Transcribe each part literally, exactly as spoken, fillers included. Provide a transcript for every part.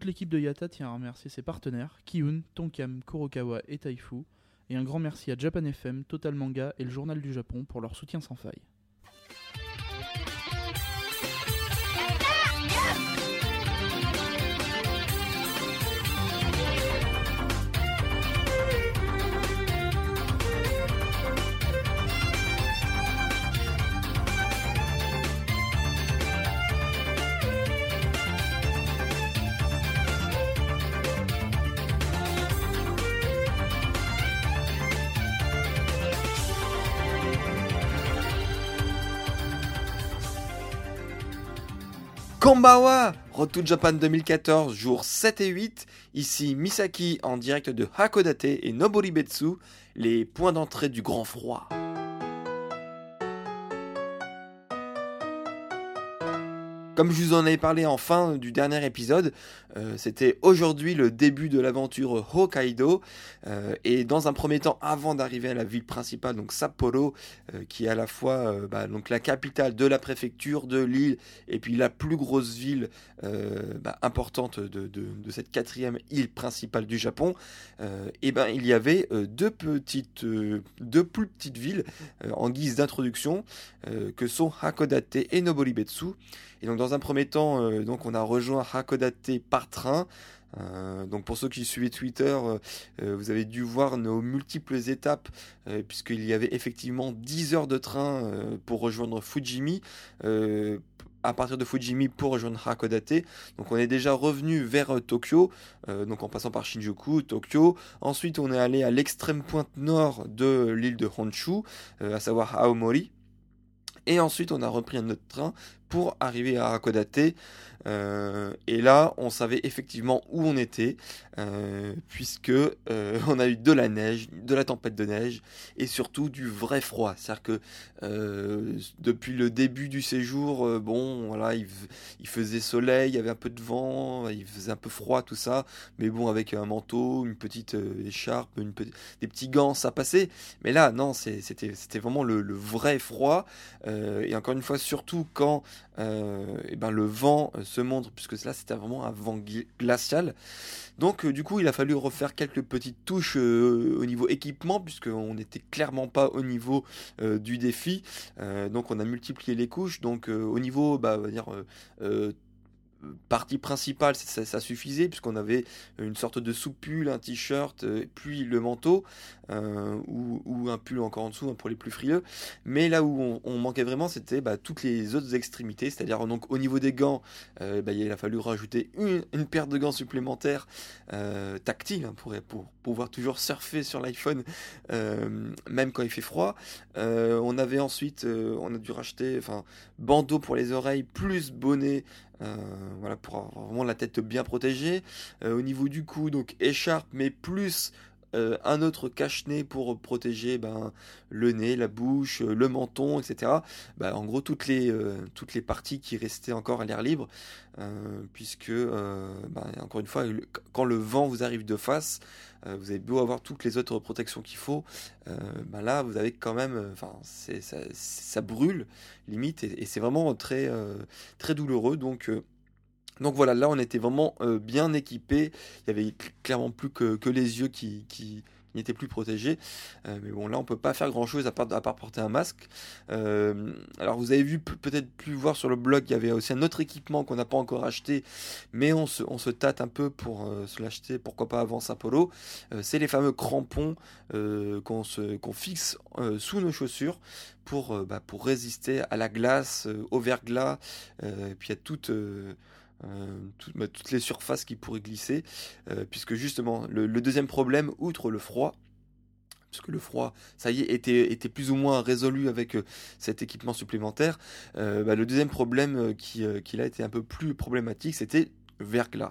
l'équipe de Yata tient à remercier ses partenaires, Kiun, Tonkam, Kurokawa et Taifu, et un grand merci à Japan F M, Total Manga et le Journal du Japon pour leur soutien sans faille. Konbanwa, Road to Japan deux mille quatorze, jours sept et huit, ici Misaki en direct de Hakodate et Noboribetsu, les points d'entrée du grand froid. Comme je vous en avais parlé en fin du dernier épisode, euh, c'était aujourd'hui le début de l'aventure Hokkaido. Euh, et dans un premier temps, avant d'arriver à la ville principale, donc Sapporo, euh, qui est à la fois euh, bah, donc la capitale de la préfecture de l'île, et puis la plus grosse ville euh, bah, importante de, de, de cette quatrième île principale du Japon, euh, et ben il y avait euh, deux petites, euh, deux plus petites villes euh, en guise d'introduction, euh, que sont Hakodate et Noboribetsu. Et donc dans un premier temps, euh, donc on a rejoint Hakodate par train. Euh, donc pour ceux qui suivaient Twitter, euh, vous avez dû voir nos multiples étapes, euh, puisqu'il y avait effectivement dix heures de train euh, pour rejoindre Fujimi, euh, à partir de Fujimi pour rejoindre Hakodate. Donc on est déjà revenu vers euh, Tokyo, euh, donc en passant par Shinjuku, Tokyo. Ensuite on est allé à l'extrême pointe nord de l'île de Honshu, euh, à savoir Aomori. Et ensuite, on a repris un autre train pour arriver à Hakodate. Euh, et là, on savait effectivement où on était, euh, puisque euh, on a eu de la neige, de la tempête de neige, et surtout du vrai froid. C'est-à-dire que euh, depuis le début du séjour, euh, bon, voilà, il, il faisait soleil, il y avait un peu de vent, il faisait un peu froid, tout ça. Mais bon, avec un manteau, une petite euh, écharpe, une petite, des petits gants, ça passait. Mais là, non, c'est, c'était, c'était vraiment le, le vrai froid. Euh, et encore une fois, surtout quand euh, et ben, le vent euh, se montre, puisque là c'était vraiment un vent glacial. Donc euh, du coup il a fallu refaire quelques petites touches euh, au niveau équipement, puisqu'on n'était clairement pas au niveau euh, du défi. Euh, donc on a multiplié les couches. Donc euh, au niveau, bah, on va dire... Euh, euh, partie principale, ça, ça suffisait, puisqu'on avait une sorte de sous-pull, un t-shirt, euh, puis le manteau, euh, ou, ou un pull encore en dessous, hein, pour les plus frileux. Mais là où on, on manquait vraiment, c'était bah, toutes les autres extrémités, c'est-à-dire donc au niveau des gants, euh, bah, il a fallu rajouter une, une paire de gants supplémentaires, euh, tactiles, hein, pour, pour pouvoir toujours surfer sur l'iPhone, euh, même quand il fait froid. Euh, on avait ensuite, euh, on a dû racheter, enfin, bandeau pour les oreilles, plus bonnet, Euh, voilà, pour avoir vraiment la tête bien protégée. Euh, au niveau du cou, donc écharpe, mais plus euh, un autre cache-nez pour protéger ben, le nez, la bouche, euh, le menton, et cetera. Ben, en gros, toutes les, euh, toutes les parties qui restaient encore à l'air libre, euh, puisque, euh, ben, encore une fois, le, quand le vent vous arrive de face, euh, vous avez beau avoir toutes les autres protections qu'il faut, euh, ben là, vous avez quand même, enfin, euh, ça, ça brûle limite, et, et c'est vraiment très, euh, très douloureux. Donc euh, Donc voilà, là on était vraiment euh, bien équipés. Il y avait cl- clairement plus que, que les yeux qui, qui, qui n'étaient plus protégés. Euh, mais bon, là on peut pas faire grand chose à part, à part porter un masque. Euh, alors vous avez vu, pe- peut-être plus voir sur le blog, il y avait aussi un autre équipement qu'on n'a pas encore acheté, mais on se, on se tâte un peu pour euh, se l'acheter, pourquoi pas avant Sapporo. Euh, c'est les fameux crampons euh, qu'on, se, qu'on fixe euh, sous nos chaussures pour, euh, bah, pour résister à la glace, euh, au verglas, euh, et puis à toute... Euh, euh, tout, bah, toutes les surfaces qui pourraient glisser, euh, puisque justement le, le deuxième problème, outre le froid, puisque le froid, ça y est, était, était plus ou moins résolu avec euh, cet équipement supplémentaire, euh, bah, le deuxième problème euh, qui, euh, qui là était un peu plus problématique, c'était verglas.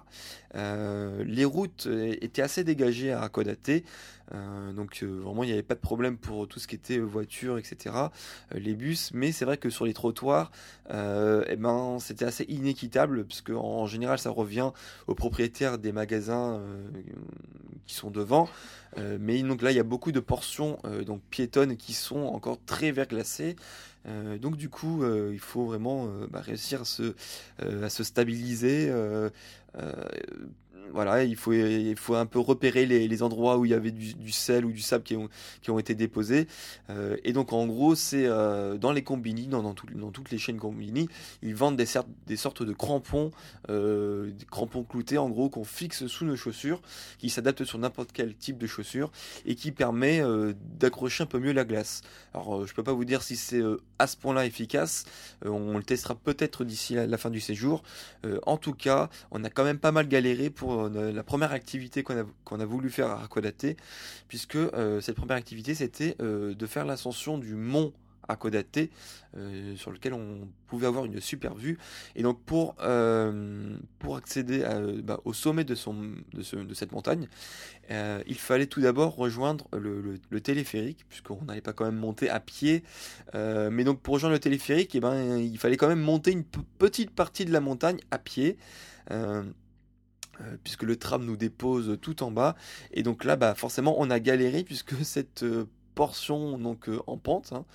Euh, les routes étaient assez dégagées à Hakodate, euh, donc euh, vraiment il n'y avait pas de problème pour tout ce qui était voiture, et cetera. Euh, les bus, mais c'est vrai que sur les trottoirs, euh, eh ben, c'était assez inéquitable, puisque en général ça revient aux propriétaires des magasins euh, qui sont devant, euh, mais donc là il y a beaucoup de portions euh, donc piétonnes qui sont encore très verglacées. Euh, donc du coup, euh, il faut vraiment euh, bah, réussir à se, euh, à se stabiliser, euh, euh, voilà, il faut, il faut un peu repérer les, les endroits où il y avait du, du sel ou du sable qui ont, qui ont été déposés. Euh, et donc en gros, c'est euh, dans les combini, dans, dans, tout- dans toutes les chaînes combini, ils vendent des, cer- des sortes de crampons, euh, des crampons cloutés en gros qu'on fixe sous nos chaussures, qui s'adaptent sur n'importe quel type de chaussure et qui permet euh, d'accrocher un peu mieux la glace. Alors euh, je peux pas vous dire si c'est euh, à ce point-là efficace. Euh, on le testera peut-être d'ici la, la fin du séjour. Euh, en tout cas, on a quand même pas mal galéré pour euh, la première activité qu'on a, qu'on a voulu faire à Hakodate, puisque euh, cette première activité, c'était euh, de faire l'ascension du mont Hakodate, euh, sur lequel on pouvait avoir une super vue. Et donc pour, euh, pour accéder à, bah, au sommet de, son, de, ce, de cette montagne, euh, il fallait tout d'abord rejoindre le, le- le téléphérique, puisqu'on n'allait pas quand même monter à pied. Euh, mais donc pour rejoindre le téléphérique, eh ben, il fallait quand même monter une p- petite partie de la montagne à pied. Euh, euh, puisque le tram nous dépose tout en bas. Et donc là, bah, forcément, on a galéré, puisque cette euh, portion donc euh, en pente, hein,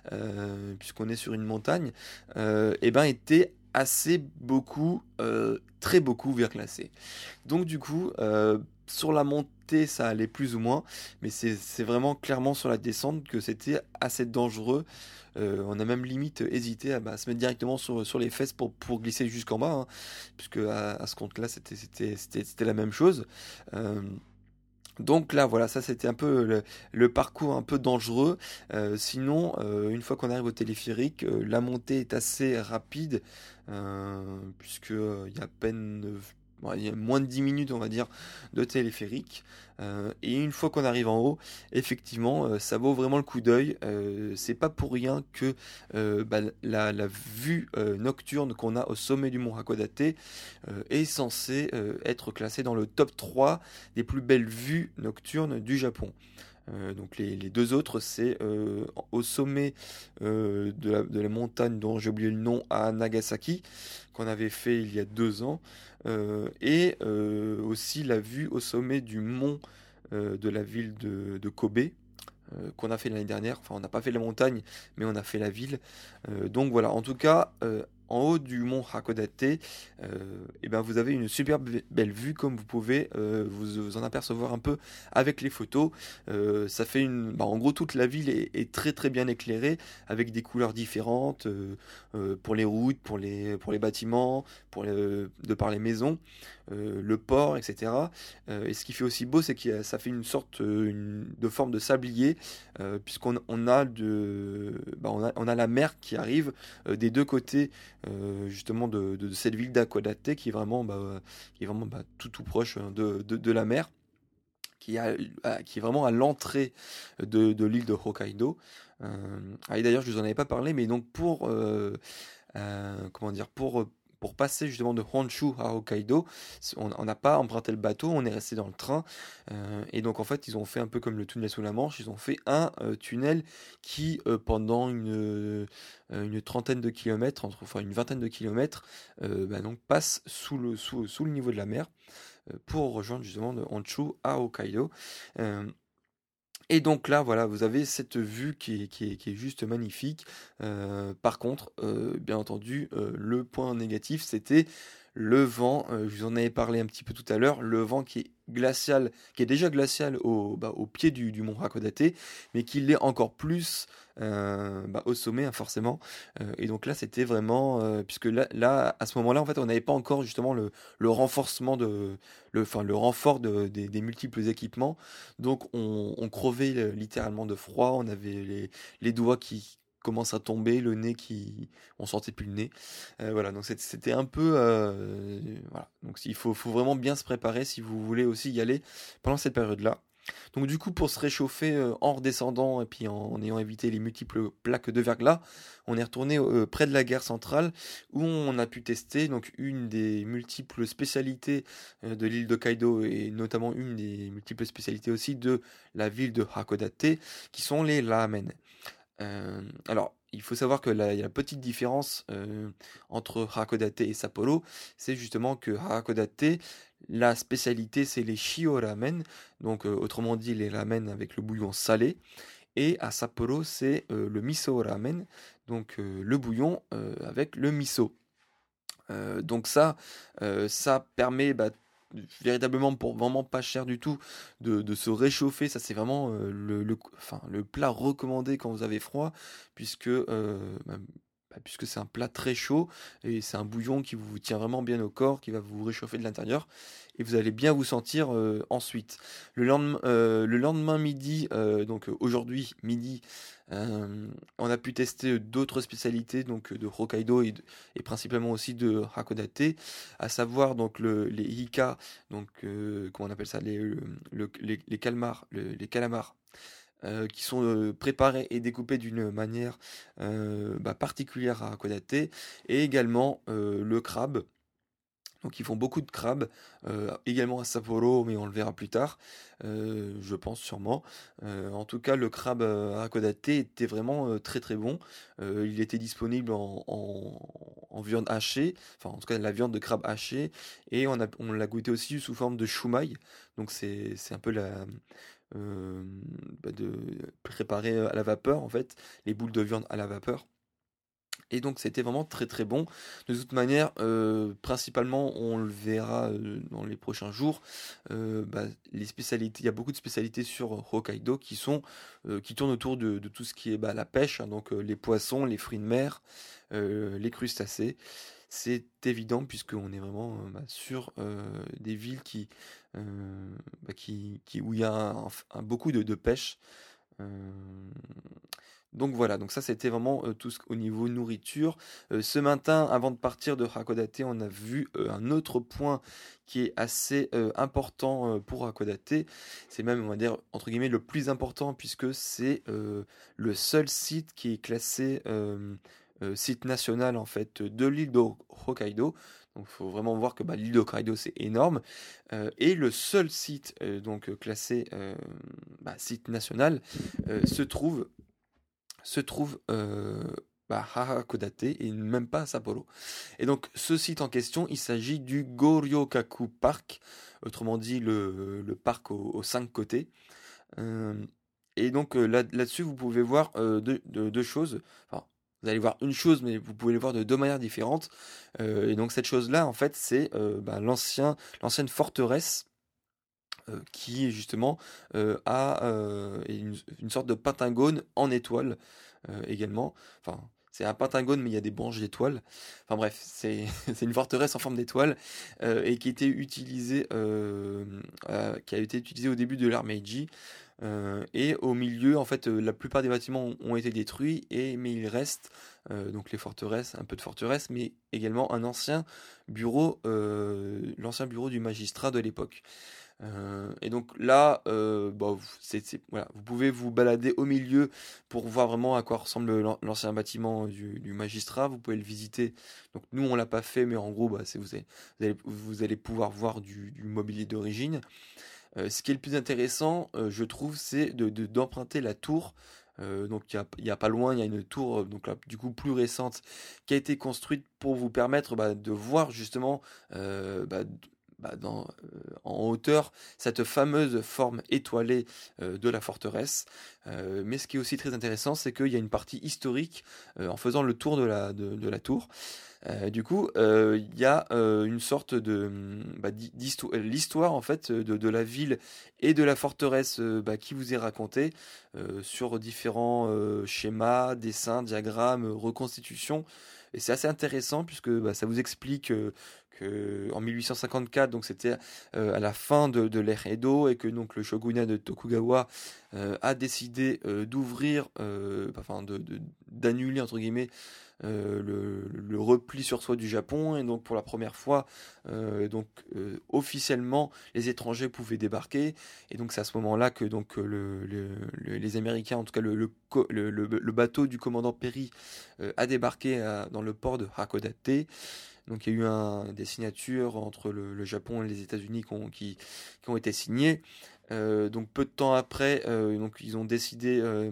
euh, puisqu'on est sur une montagne, euh, eh ben, était assez beaucoup, euh, très beaucoup verglacée. Donc du coup, euh, sur la montée, ça allait plus ou moins, mais c'est c'est vraiment clairement sur la descente que c'était assez dangereux. Euh, on a même limite hésité à bah, se mettre directement sur, sur les fesses pour, pour glisser jusqu'en bas, hein, puisque à, à ce compte-là, c'était c'était- c'était- c'était la même chose. Euh, donc là, voilà, ça c'était un peu le, le parcours un peu dangereux. Euh, sinon, euh, une fois qu'on arrive au téléphérique, euh, la montée est assez rapide, euh, puisque euh, il y a à peine, euh, bon, il y a moins de dix minutes, on va dire, de téléphérique. Euh, et une fois qu'on arrive en haut, effectivement, euh, ça vaut vraiment le coup d'œil. Euh, c'est pas pour rien que euh, bah, la, la vue euh, nocturne qu'on a au sommet du mont Hakodate euh, est censée euh, être classée dans le top trois des plus belles vues nocturnes du Japon. Euh, donc les, les deux autres, c'est euh, au sommet euh, de, la, de la montagne dont j'ai oublié le nom à Nagasaki, qu'on avait fait il y a deux ans, euh, et euh, aussi la vue au sommet du mont euh, de la ville de, de Kobe, euh, qu'on a fait l'année dernière. Enfin, on n'a pas fait la montagne, mais on a fait la ville. Euh, donc voilà, en tout cas, euh, en haut du mont Hakodate, euh, eh ben, vous avez une super be- belle vue, comme vous pouvez euh, vous, vous en apercevoir un peu avec les photos. Euh, ça fait une, bah, en gros, toute la ville est, est très très bien éclairée, avec des couleurs différentes euh, euh, pour les routes, pour les, pour les bâtiments, pour les- de par les maisons, euh, le port, et cetera. Euh, et ce qui fait aussi beau, c'est que ça fait une sorte euh, une- de forme de sablier, euh, puisqu'on on a, de, bah, on a, on a la mer qui arrive euh, des deux côtés, euh, justement, de, de cette ville d'Aquadate, qui est vraiment, bah, qui est vraiment bah, tout, tout proche hein, de, de, de la mer, qui, a, à- qui est vraiment à l'entrée de, de l'île de Hokkaido. Euh, ah, et d'ailleurs, je vous en avais pas parlé, mais donc pour, euh, euh, comment dire, pour, pour passer justement de Honshu à Hokkaido, on on n'a pas emprunté le bateau, on est resté dans le train. Euh, et donc en fait, ils ont fait un peu comme le tunnel sous la Manche, ils ont fait un euh, tunnel qui, euh, pendant une, euh, une trentaine de kilomètres, entre, enfin une vingtaine de kilomètres, euh, bah, donc passe sous le, sous, sous le niveau de la mer euh, pour rejoindre justement de Honshu à Hokkaido. Euh, et donc là, voilà, vous avez cette vue qui est, qui est, qui est juste magnifique. Euh, par contre, euh, bien entendu, euh, le point négatif, c'était le vent. Euh, je vous en avais parlé un petit peu tout à l'heure. Le vent qui est glacial, qui est déjà glacial au, bah, au pied du, du mont Hakodate, mais qui l'est encore plus euh, bah, au sommet, hein, forcément. Euh, et donc là, c'était vraiment, euh, puisque là, là, à ce moment-là, en fait, on n'avait pas encore justement le, le renforcement de, le, enfin, le renfort de- des, des multiples équipements. Donc on, on crevait euh, littéralement de froid, on avait les, les doigts qui commencent à tomber, le nez qui... On sentait plus le nez. Euh, voilà, donc c'était c'était un peu... euh, voilà, donc il faut, faut vraiment bien se préparer si vous voulez aussi y aller pendant cette période-là. Donc du coup, pour se réchauffer euh, en redescendant et puis en, en ayant évité les multiples plaques de verglas, on est retourné euh, près de la gare centrale où on a pu tester donc une des multiples spécialités euh, de l'île de Kaido et notamment une des multiples spécialités aussi de la ville de Hakodate qui sont les ramen. Euh, alors, il faut savoir que la, il y a une petite différence euh, entre Hakodate et Sapporo, c'est justement que Hakodate, la spécialité, c'est les shio ramen, donc euh, autrement dit les ramen avec le bouillon salé, et à Sapporo, c'est euh, le miso ramen, donc euh, le bouillon euh, avec le miso. Euh, donc ça, euh, ça permet bah, véritablement pour vraiment pas cher du tout de, de se réchauffer. Ça c'est vraiment euh, le, le, enfin, le plat recommandé quand vous avez froid, puisque euh, bah, bah, puisque c'est un plat très chaud et c'est un bouillon qui vous tient vraiment bien au corps, qui va vous réchauffer de l'intérieur et vous allez bien vous sentir euh, ensuite. Le lendemain, euh, le lendemain midi, euh, donc euh, aujourd'hui midi, euh, on a pu tester d'autres spécialités donc de Hokkaido et, de- et principalement aussi de Hakodate, à savoir donc le, les Ika, donc euh, comment on appelle ça, les, le- le- les, les calmars, le- les calamars euh, qui sont euh, préparés et découpés d'une manière euh, bah, particulière à Hakodate, et également euh, le crabe. Donc ils font beaucoup de crabes, euh, également à Sapporo, mais on le verra plus tard, euh, je pense sûrement. Euh, en tout cas, le crabe euh, à Hakodate était vraiment euh, très très bon. Euh, il était disponible en, en- en viande hachée, enfin en tout cas la viande de crabe hachée, et on a, on l'a goûté aussi sous forme de shumai. Donc c'est c'est un peu la euh, bah, de préparer à la vapeur en fait, les boules de viande à la vapeur. Et donc c'était vraiment très très bon. De toute manière, euh, principalement, on le verra euh, dans les prochains jours. euh, bah, les spécialités, il y a beaucoup de spécialités sur Hokkaido qui sont euh, qui tournent autour de, de tout ce qui est bah, la pêche, hein, donc euh, les poissons, les fruits de mer, euh, les crustacés. C'est évident puisqu'on est vraiment euh, bah, sur euh, des villes qui, euh, bah, qui, qui où il y a un- un- beaucoup de, de pêche. Euh, donc voilà, donc ça c'était vraiment euh, tout ce, au niveau nourriture. Euh, ce matin, avant de partir de Hakodate, on a vu euh, un autre point qui est assez euh, important euh, pour Hakodate. C'est même, on va dire, entre guillemets, le plus important puisque c'est euh, le seul site qui est classé euh, euh, site national en fait de l'île de Hokkaido. Donc il faut vraiment voir que bah, l'île de Hokkaido c'est énorme. Euh, et le seul site euh, donc classé euh, bah, site national euh, se trouve se trouve euh, bah, à Hakodate et même pas à Sapporo. Et donc ce site en question, il s'agit du Goryokaku Park, autrement dit le, le parc aux, aux cinq côtés. Euh, et donc euh, là, là-dessus, vous pouvez voir euh, deux, deux- deux choses. Enfin, vous allez voir une chose, mais vous pouvez les voir de deux manières différentes. Euh, et donc cette chose-là, en fait, c'est euh, bah, l'ancien, l'ancienne forteresse euh, qui justement euh, a euh, une, une sorte de pentagone en étoile euh, également. Enfin, c'est un pentagone, mais il y a des branches d'étoiles. Enfin bref, c'est c'est une forteresse en forme d'étoile euh, et qui était utilisée, euh, euh, qui a été utilisée au début de l'ère Meiji. Euh, et au milieu, en fait, euh, la plupart des bâtiments ont, ont été détruits, et, mais il reste euh, donc les forteresses, un peu de forteresses, mais également un ancien bureau, euh, l'ancien bureau du magistrat de l'époque. Euh, et donc là, euh, bah, vous- c'est, c'est- voilà, vous pouvez vous balader au milieu pour voir vraiment à quoi ressemble l'an- l'ancien bâtiment du, du magistrat. Vous pouvez le visiter. Donc nous, on l'a pas fait, mais en gros, bah, c'est, vous allez, vous allez, vous allez pouvoir voir du, du mobilier d'origine. Euh, ce qui est le plus intéressant, euh, je trouve, c'est de, de- d'emprunter la tour. Euh, donc il y a, il y a pas loin, il y a une tour euh, donc là, du coup plus récente qui a été construite pour vous permettre bah, de voir justement euh, bah, d- bah, dans, euh, en hauteur cette fameuse forme étoilée euh, de la forteresse. Euh, mais ce qui est aussi très intéressant, c'est qu'il y a une partie historique euh, en faisant le tour de la, de, de la tour. Euh, du coup, euh, il y a euh, une sorte de hum, bah, d'hi- d'histo- euh, l'histoire en fait de, de la ville et de la forteresse euh, bah, qui vous est racontée euh, sur différents euh, schémas, dessins, diagrammes, euh, reconstitutions. Et c'est assez intéressant puisque bah, ça vous explique euh, que en mille huit cent cinquante-quatre, donc c'était euh, à la fin de, de l'ère Edo, et que donc le shogunat de Tokugawa euh, a décidé euh, d'ouvrir, euh, enfin de, de- d'annuler entre guillemets euh, le, le repli sur soi du Japon, et donc pour la première fois euh, donc euh, officiellement les étrangers pouvaient débarquer, et donc c'est à ce moment-là que donc euh, le, le- le- les Américains, en tout cas le, le, co- le- le- le bateau du commandant Perry euh, a débarqué à- dans le port de Hakodate. Donc il y a eu un, des signatures entre le, le Japon et les États-Unis qui ont, qui, qui ont été signées. Euh, donc peu de temps après, euh, donc ils ont décidé euh,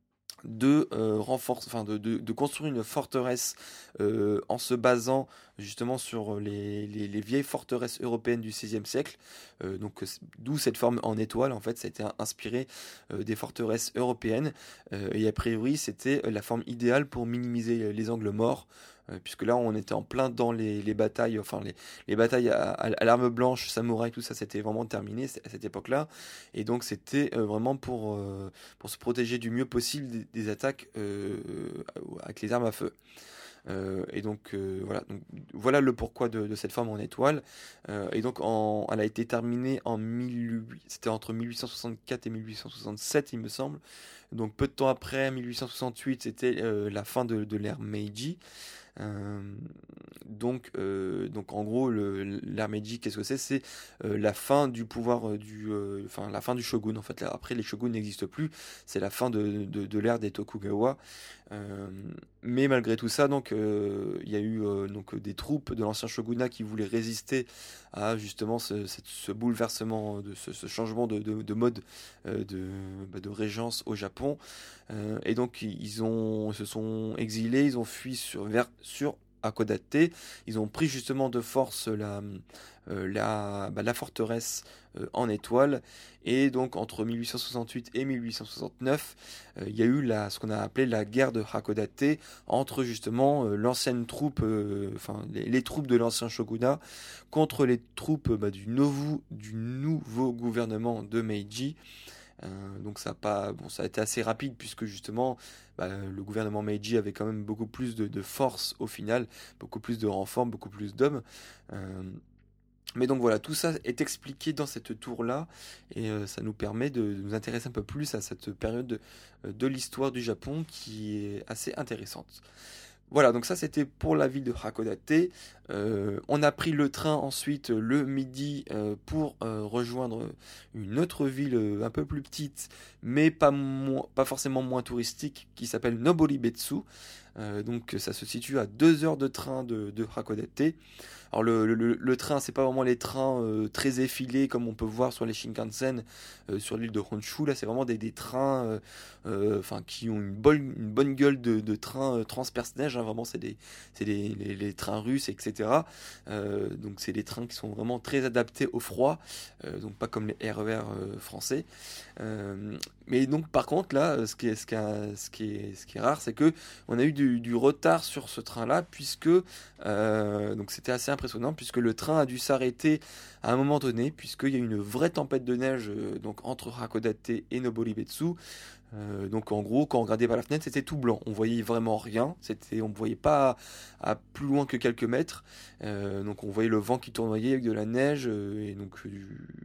de euh, renforcer, enfin de, de, de construire une forteresse euh, en se basant justement sur les, les, les vieilles forteresses européennes du seizième siècle. Euh, donc euh, d'où cette forme en étoile. En fait, ça a été inspiré euh, des forteresses européennes. Euh, et a priori, c'était la forme idéale pour minimiser les angles morts. euh, puisque là on était en plein dans les, les batailles, enfin les, les batailles à, à, à l'arme blanche, samouraï, tout ça c'était vraiment terminé à cette époque-là, et donc c'était euh, vraiment pour, euh, pour se protéger du mieux possible des, des attaques euh, avec les armes à feu. Euh, et donc, euh, voilà, donc voilà le pourquoi de, de cette forme en étoile. Euh, et donc en, elle a été terminée en mille huit cents, c'était entre mille huit cent soixante-quatre et mille huit cent soixante-sept il me semble. Donc peu de temps après, mille huit cent soixante-huit, c'était euh, la fin de, de l'ère Meiji. Euh, donc, euh, donc en gros, le, l'ère Meiji, qu'est-ce que c'est? C'est euh, la fin du pouvoir euh, du, euh, enfin la fin du shogun. En fait, là, après les shoguns n'existent plus. C'est la fin de, de, de l'ère des Tokugawa. Euh, mais malgré tout ça, donc euh, il y a eu euh, donc des troupes de l'ancien shogunat qui voulaient résister à justement ce, ce, ce bouleversement, de ce, ce changement de, de, de mode euh, de, bah, de régence au Japon. Euh, et donc ils ont se sont exilés, ils ont fui sur vers sur Hakodate. Ils ont pris justement de force la euh, la, bah, la forteresse euh, en étoile. Et donc entre mille huit cent soixante-huit et mille huit cent soixante-neuf, euh, il y a eu la, ce qu'on a appelé la guerre de Hakodate entre justement euh, l'ancienne troupe, euh, enfin les, les troupes de l'ancien shogunat contre les troupes bah, du, nouveau, du nouveau gouvernement de Meiji. Euh, donc ça a pas, bon, ça a été assez rapide puisque justement bah, le gouvernement Meiji avait quand même beaucoup plus de, de force au final, beaucoup plus de renforts, beaucoup plus d'hommes. Euh, mais donc voilà, tout ça est expliqué dans cette tour-là et euh, ça nous permet de, de nous intéresser un peu plus à cette période de, de l'histoire du Japon qui est assez intéressante. Voilà, donc ça c'était pour la ville de Hakodate. Euh, on a pris le train ensuite le midi euh, pour euh, rejoindre une autre ville euh, un peu plus petite, mais pas, mo- pas forcément moins touristique, qui s'appelle Noboribetsu. Euh, donc ça se situe à deux heures de train de, de Hakodate. Alors le, le, le train, c'est pas vraiment les trains euh, très effilés comme on peut voir sur les Shinkansen euh, sur l'île de Honshu. Là, c'est vraiment des, des trains euh, euh, enfin, qui ont une bonne, une bonne gueule de, de trains euh, transperce-neige. Hein, vraiment, c'est, des, c'est des, les, les trains russes, et cetera. Euh, donc c'est des trains qui sont vraiment très adaptés au froid, euh, donc pas comme les R E R euh, français. Euh, mais donc par contre là, ce qui est, ce qui est, ce qui est, ce qui est rare, c'est que on a eu du, du retard sur ce train-là, puisque euh, donc c'était assez impressionnant, puisque le train a dû s'arrêter à un moment donné, puisqu'il y a eu une vraie tempête de neige euh, donc entre Hakodate et Noboribetsu. Euh, donc en gros, quand on regardait par la fenêtre, c'était tout blanc. On voyait vraiment rien. C'était, on ne voyait pas à, à plus loin que quelques mètres. Euh, donc on voyait le vent qui tournoyait avec de la neige. Euh, et donc euh,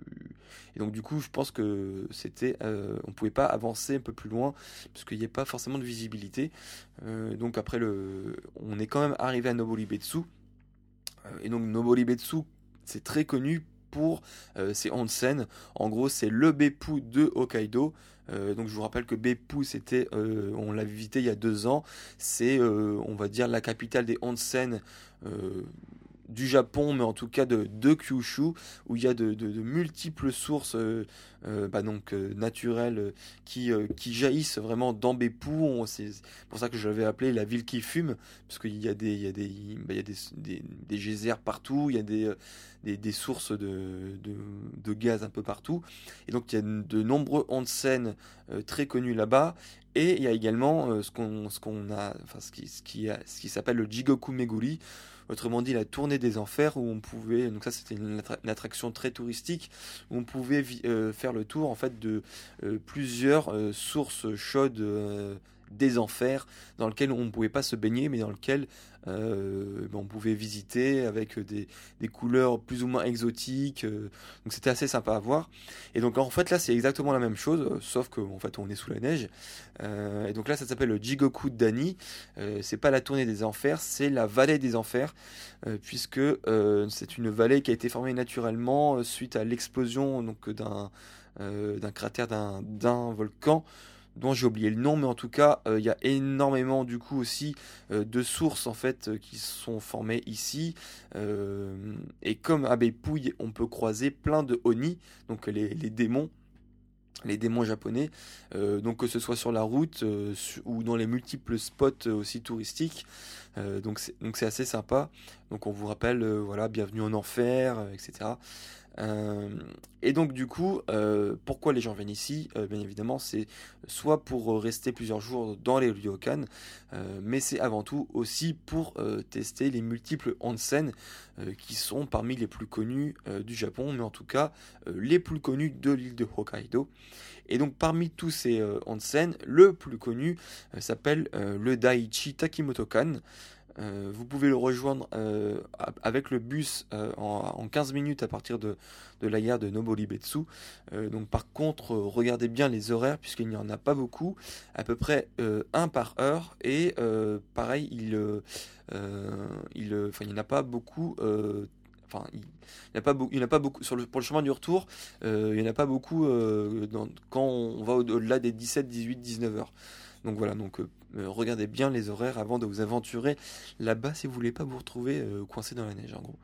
et donc du coup, je pense que c'était, euh, on pouvait pas avancer un peu plus loin parce qu'il n'y a pas forcément de visibilité. Euh, donc après le, on est quand même arrivé à Noboribetsu. Euh, et donc Noboribetsu, c'est très connu pour euh, ses onsen. En gros, c'est le Beppu de Hokkaido. Euh, donc je vous rappelle que Beppu, c'était, euh, on l'a visité il y a deux ans. C'est, euh, on va dire, la capitale des onsen. Euh, du Japon, mais en tout cas de, de Kyushu, où il y a de, de, de multiples sources euh, euh, bah donc, euh, naturelles euh, qui, euh, qui jaillissent vraiment dans Beppu. On- C'est pour ça que je l'avais appelé la ville qui fume, parce qu'il y a des, il y a des, bah, il y a des, des, des geysers partout, il y a des, euh, des, des sources de, de, de gaz un peu partout. Et donc il y a de nombreux onsen euh, très connus là-bas. Et il y a également euh, ce qu'on ce qu'on a, enfin ce qui, ce qui, a- ce qui s'appelle le Jigoku Meguri, autrement dit la tournée des enfers, où on pouvait, donc ça c'était une, attra- une attraction très touristique, où on pouvait vi- euh, faire le tour en fait de euh, plusieurs euh, sources chaudes euh, des enfers, dans lesquelles on ne pouvait pas se baigner, mais dans lesquelles euh, ben, on pouvait visiter avec des, des couleurs plus ou moins exotiques. Euh, donc c'était assez sympa à voir. Et donc en fait là c'est exactement la même chose, euh, sauf que en fait on est sous la neige. Euh, et donc là ça s'appelle le Jigoku Dani. Euh, c'est pas la tournée des enfers, c'est la vallée des enfers, euh, puisque euh, c'est une vallée qui a été formée naturellement euh, suite à l'explosion donc d'un euh, d'un cratère d'un d'un volcan dont j'ai oublié le nom, mais en tout cas euh, il y a énormément du coup aussi euh, de sources en fait euh, qui sont formées ici. Euh, et comme à Beppu, on peut croiser plein de oni, donc les, les démons les démons japonais, euh, donc que ce soit sur la route euh, su- ou dans les multiples spots euh, aussi touristiques. Euh, donc c'est donc c'est assez sympa. Donc on vous rappelle, euh, voilà, bienvenue en enfer, euh, et cetera. Euh, et donc du coup, euh, pourquoi les gens viennent ici? Euh, Bien évidemment, c'est soit pour rester plusieurs jours dans les ryokan, euh, mais c'est avant tout aussi pour euh, tester les multiples onsen euh, qui sont parmi les plus connus euh, du Japon, mais en tout cas euh, les plus connus de l'île de Hokkaido. Et donc parmi tous ces euh, onsen, le plus connu euh, s'appelle euh, le Daiichi Takimoto-kan. Euh, vous pouvez le rejoindre euh, avec le bus euh, en, en quinze minutes à partir de, de la gare de Noboribetsu. Euh, donc par contre, euh, regardez bien les horaires puisqu'il n'y en a pas beaucoup, à peu près euh, un par heure. Et euh, pareil, il, euh, il, euh, il n'y en a pas beaucoup. Euh, Enfin, il n'y a pas beaucoup, il n'y en a pas beaucoup sur le, pour le chemin du retour. Euh, il n'y en a pas beaucoup euh, dans, quand on va au-delà des dix-sept, dix-huit, dix-neuf heures. Donc voilà, donc euh, regardez bien les horaires avant de vous aventurer là-bas si vous voulez pas vous retrouver euh, coincé dans la neige en gros.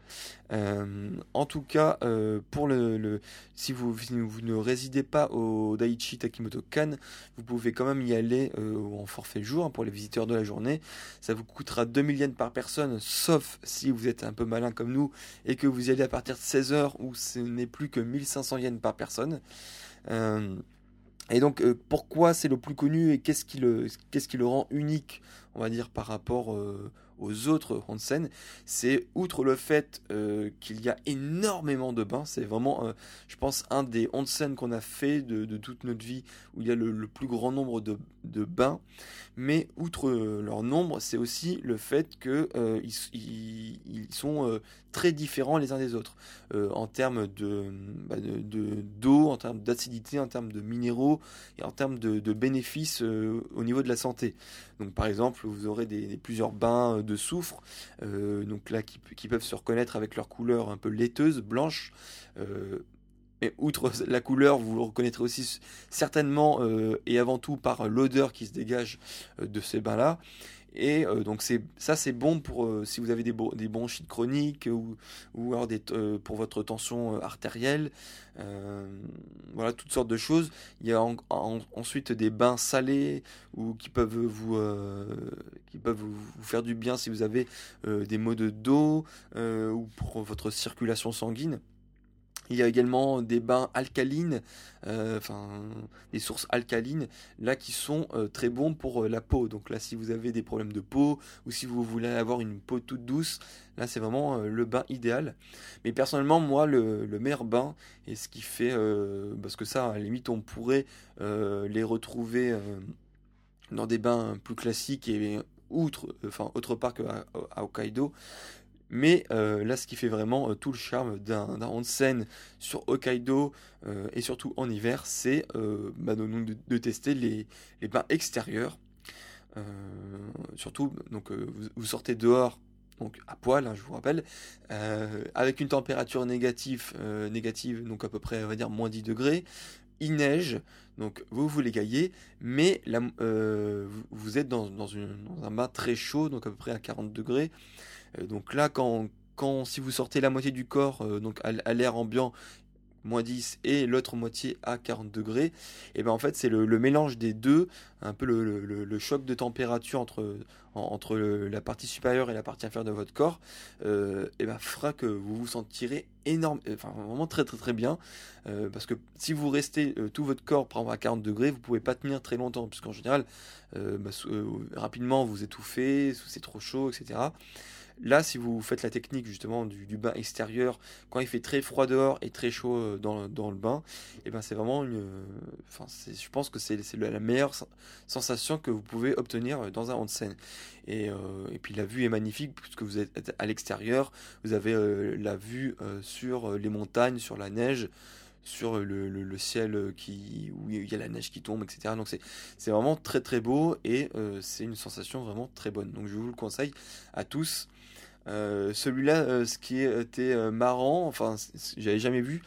Euh, en tout cas, euh, pour le, le si, vous, si vous ne résidez pas au Daiichi Takimoto-kan, vous pouvez quand même y aller euh, en forfait jour hein, pour les visiteurs de la journée. Ça vous coûtera deux mille yens par personne, sauf si vous êtes un peu malin comme nous et que vous y allez à partir de seize heures où ce n'est plus que mille cinq cents yens par personne. Euh, Et donc, euh, pourquoi c'est le plus connu et qu'est-ce qui le, qu'est-ce qui le rend unique, on va dire, par rapport euh, aux autres onsen? C'est, outre le fait euh, qu'il y a énormément de bains, c'est vraiment, euh, je pense, un des onsen qu'on a fait de, de toute notre vie où il y a le, le plus grand nombre de, de bains. Mais outre euh, leur nombre, c'est aussi le fait que euh, ils, ils- ils sont euh, très différents les uns des autres euh, en termes de, bah, de- de- d'eau, en termes d'acidité, en termes de minéraux et en termes de, de bénéfices euh, au niveau de la santé. Donc par exemple, vous aurez des, des- plusieurs bains de soufre, euh, donc là qui, qui peuvent se reconnaître avec leur couleur un peu laiteuse, blanche. euh, et outre la couleur, vous le reconnaîtrez aussi certainement euh, et avant tout par l'odeur qui se dégage euh, de ces bains-là. Et euh, donc c'est ça c'est bon pour euh, si vous avez des, bo- des bronchites chroniques ou, ou alors des, euh, pour votre tension euh, artérielle. Euh, voilà toutes sortes de choses. Il y a en- en- ensuite des bains salés ou qui peuvent vous euh, qui peuvent vous, vous faire du bien si vous avez euh, des maux de dos euh, ou pour votre circulation sanguine. Il y a également des bains alcalines, euh, enfin des sources alcalines, là qui sont euh, très bons pour euh, la peau. Donc là, si vous avez des problèmes de peau ou si vous voulez avoir une peau toute douce, là c'est vraiment euh, le bain idéal. Mais personnellement, moi, le, le meilleur bain, et ce qui fait, euh, parce que ça, à la limite, on pourrait euh, les retrouver euh, dans des bains plus classiques et outre, enfin autre part qu'à à Hokkaido. Mais euh, là, ce qui fait vraiment euh, tout le charme d'un d'un onsen sur Hokkaido euh, et surtout en hiver, c'est euh, bah, de, de- de tester les, les bains extérieurs. Euh, Surtout, donc euh, vous, vous sortez dehors, donc à poil, hein, je vous rappelle, euh, avec une température négative, euh, négative, donc à peu près, on va dire, moins dix degrés. Il neige, donc vous vous l'égaillez, mais la- euh, vous, vous êtes dans, dans une- dans un bain très chaud, donc à peu près à quarante degrés. Euh, donc là, quand, quand si vous sortez la moitié du corps, euh, donc à, à l'air ambiant, moins dix, et l'autre moitié à quarante degrés, et ben en fait c'est le, le mélange des deux, un peu le, le- le- le choc de température entre, en- entre le- la partie supérieure et la partie inférieure de votre corps, euh, et ben fera que vous vous sentirez énorme, euh, enfin vraiment très très très bien, euh, parce que si vous restez euh, tout votre corps par exemple à quarante degrés, vous pouvez pas tenir très longtemps, puisqu'en général, euh, bah, sou- euh, rapidement vous étouffez, c'est trop chaud, et cetera. Là, si vous faites la technique justement du, du bain extérieur, quand il fait très froid dehors et très chaud euh, dans, dans le bain, et ben c'est vraiment une. euh, Enfin, c'est- je pense que c'est c'est la la meilleure sen- sensation que vous pouvez obtenir euh, dans un onsen. Et, euh, et puis la vue est magnifique puisque vous êtes à l'extérieur, vous avez euh, la vue euh, sur euh, les montagnes, sur la neige, sur le, le- le ciel euh, qui, où il y a la neige qui tombe, et cetera. Donc c'est c'est vraiment très très beau et euh, c'est une sensation vraiment très bonne. Donc je vous le conseille à tous. Euh, celui-là, euh, ce qui était euh, marrant, enfin, c- c- j'avais jamais vu,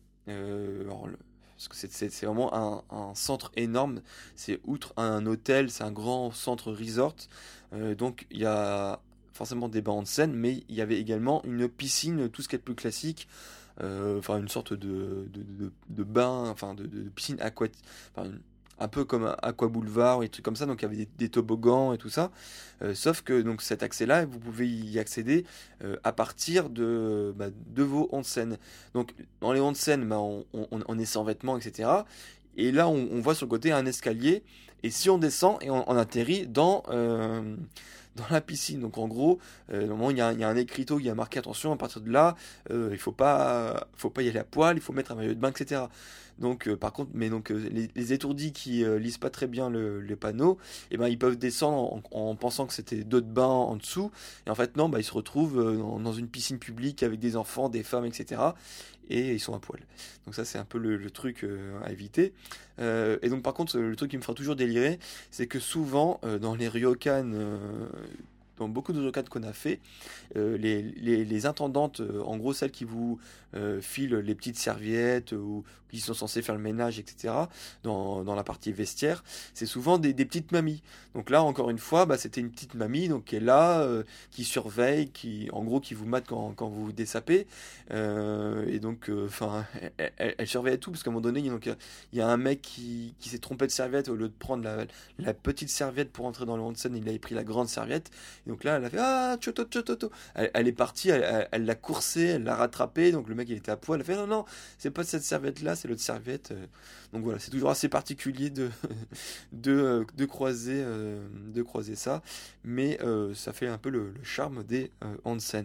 euh, alors, le- parce que c'est c'est- c'est vraiment un, un centre énorme. C'est outre un hôtel, c'est un grand centre resort. Euh, donc il y a forcément des bains en scène, mais il y avait également une piscine, tout ce qui est plus classique. Euh, enfin une sorte de, de, de, de bain, enfin de, de piscine aquatique, enfin, une- un peu comme un Aqua Boulevard et des trucs comme ça, donc il y avait des, des toboggans et tout ça. Euh, sauf que donc cet accès-là, vous pouvez y accéder euh, à partir de, bah, de vos onsen. Donc dans les onsen, bah, on, on, on est sans vêtements, et cetera. Et là, on, on voit sur le côté un escalier. Et si on descend et on, on atterrit dans, euh, dans la piscine. Donc en gros, euh, normalement, il y, a un- il y a un écriteau qui a marqué attention, à partir de là, euh, il faut pas, faut pas y aller à poil, il faut mettre un maillot de bain, et cetera. Donc euh, par contre, mais donc euh, les, les étourdis qui euh, lisent pas très bien le, les panneaux, eh ben, ils peuvent descendre en, en pensant que c'était deux de bain en dessous. Et en fait, non, bah, ils se retrouvent euh, dans, dans une piscine publique avec des enfants, des femmes, et cetera. Et ils sont à poil. Donc ça, c'est un peu le, le truc euh, à éviter. Euh, et donc par contre, le truc qui me fera toujours délirer, c'est que souvent, euh, dans les ryokan, euh, dans beaucoup de ryokan qu'on a fait, euh, les, les, les intendantes, euh, en gros celles qui vous euh, filent les petites serviettes euh, ou qui sont censées faire le ménage, et cetera, dans, dans la partie vestiaire, c'est souvent des, des petites mamies. Donc là, encore une fois, bah, c'était une petite mamie donc, qui est là, euh, qui surveille, qui, en gros, qui vous mate quand, quand vous vous dessapez. Euh, et donc, enfin, elle, elle, elle surveille tout, parce qu'à un moment donné, il y a, donc, il y a un mec qui, qui s'est trompé de serviette, au lieu de prendre la, la petite serviette pour entrer dans le onsen, il avait pris la grande serviette. Et donc là, elle a fait ah choto choto. Elle, elle est partie, elle elle- elle l'a coursé, elle l'a rattrapé. Donc le mec il était à poil. Elle a fait non non, c'est pas cette serviette là, c'est l'autre serviette. Euh, Donc voilà, c'est toujours assez particulier de de, euh, de croiser euh, de croiser ça, mais euh, ça fait un peu le, le charme des euh, onsen.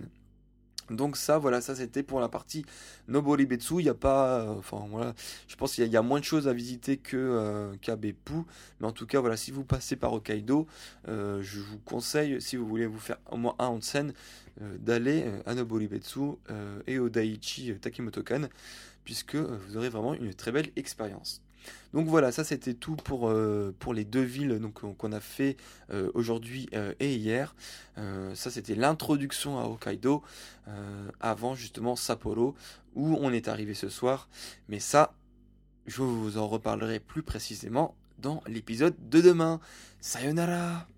Donc ça, voilà, ça c'était pour la partie Nobori Betsu. Il y a pas, euh, enfin voilà, je pense qu'il y, a il y a moins de choses à visiter que euh, qu'à Beppu, mais en tout cas voilà, si vous passez par Hokkaido, euh, je vous conseille, si vous voulez vous faire au moins un onsen, euh, d'aller euh, à Nobori Betsu euh, et au Daiichi euh, Takimotokan, puisque euh, vous aurez vraiment une très belle expérience. Donc voilà, ça c'était tout pour, euh, pour les deux villes donc, qu'on qu'on a fait euh, aujourd'hui euh, et hier. Euh, ça c'était l'introduction à Hokkaido, euh, avant justement Sapporo, où on est arrivé ce soir. Mais ça, je vous en reparlerai plus précisément dans l'épisode de demain. Sayonara!